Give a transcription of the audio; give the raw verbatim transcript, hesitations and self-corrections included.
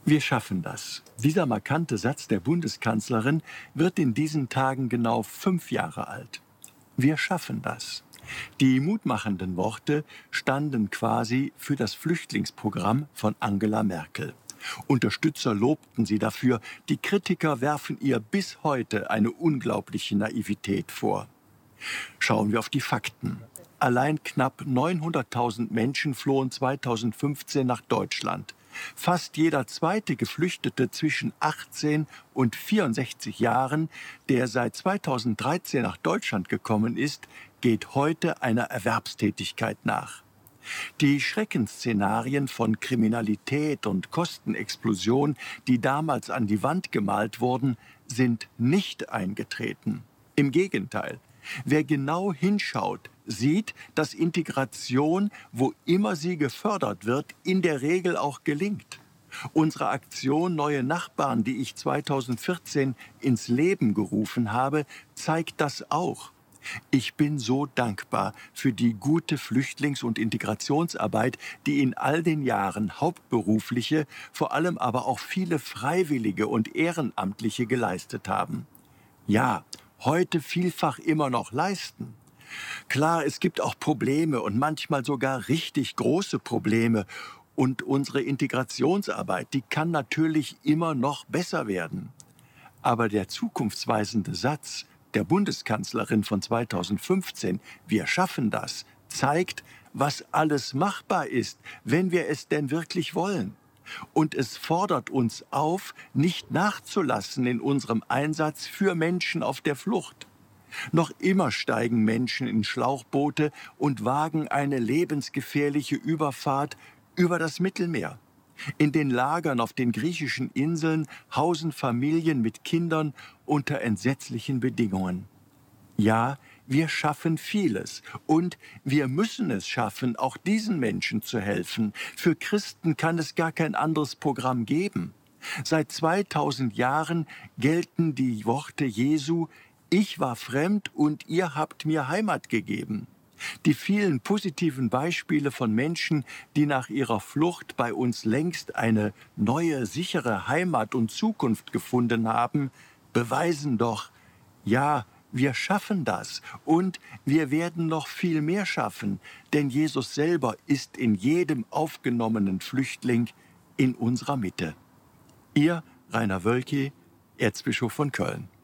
Wir schaffen das. Dieser markante Satz der Bundeskanzlerin wird in diesen Tagen genau fünf Jahre alt. Wir schaffen das. Die mutmachenden Worte standen quasi für das Flüchtlingsprogramm von Angela Merkel. Unterstützer lobten sie dafür, die Kritiker werfen ihr bis heute eine unglaubliche Naivität vor. Schauen wir auf die Fakten. Allein knapp neunhunderttausend Menschen flohen zweitausendfünfzehn nach Deutschland. Fast jeder zweite Geflüchtete zwischen achtzehn und vierundsechzig Jahren, der seit zweitausenddreizehn nach Deutschland gekommen ist, geht heute einer Erwerbstätigkeit nach. Die Schreckensszenarien von Kriminalität und Kostenexplosion, die damals an die Wand gemalt wurden, sind nicht eingetreten. Im Gegenteil. Wer genau hinschaut, sieht, dass Integration, wo immer sie gefördert wird, in der Regel auch gelingt. Unsere Aktion Neue Nachbarn, die ich zweitausendvierzehn ins Leben gerufen habe, zeigt das auch. Ich bin so dankbar für die gute Flüchtlings- und Integrationsarbeit, die in all den Jahren hauptberufliche, vor allem aber auch viele Freiwillige und Ehrenamtliche geleistet haben. Ja, heute vielfach immer noch leisten. Klar, es gibt auch Probleme und manchmal sogar richtig große Probleme. Und unsere Integrationsarbeit, die kann natürlich immer noch besser werden. Aber der zukunftsweisende Satz der Bundeskanzlerin von zweitausendfünfzehn, wir schaffen das, zeigt, was alles machbar ist, wenn wir es denn wirklich wollen. Und es fordert uns auf, nicht nachzulassen in unserem Einsatz für Menschen auf der Flucht. Noch immer steigen Menschen in Schlauchboote und wagen eine lebensgefährliche Überfahrt über das Mittelmeer. In den Lagern auf den griechischen Inseln hausen Familien mit Kindern unter entsetzlichen Bedingungen. Ja, wir schaffen vieles und wir müssen es schaffen, auch diesen Menschen zu helfen. Für Christen kann es gar kein anderes Programm geben. Seit zweitausend Jahren gelten die Worte Jesu: Ich war fremd und ihr habt mir Heimat gegeben. Die vielen positiven Beispiele von Menschen, die nach ihrer Flucht bei uns längst eine neue, sichere Heimat und Zukunft gefunden haben, beweisen doch, ja, wir schaffen das und wir werden noch viel mehr schaffen, denn Jesus selber ist in jedem aufgenommenen Flüchtling in unserer Mitte. Ihr Rainer Wölki, Erzbischof von Köln.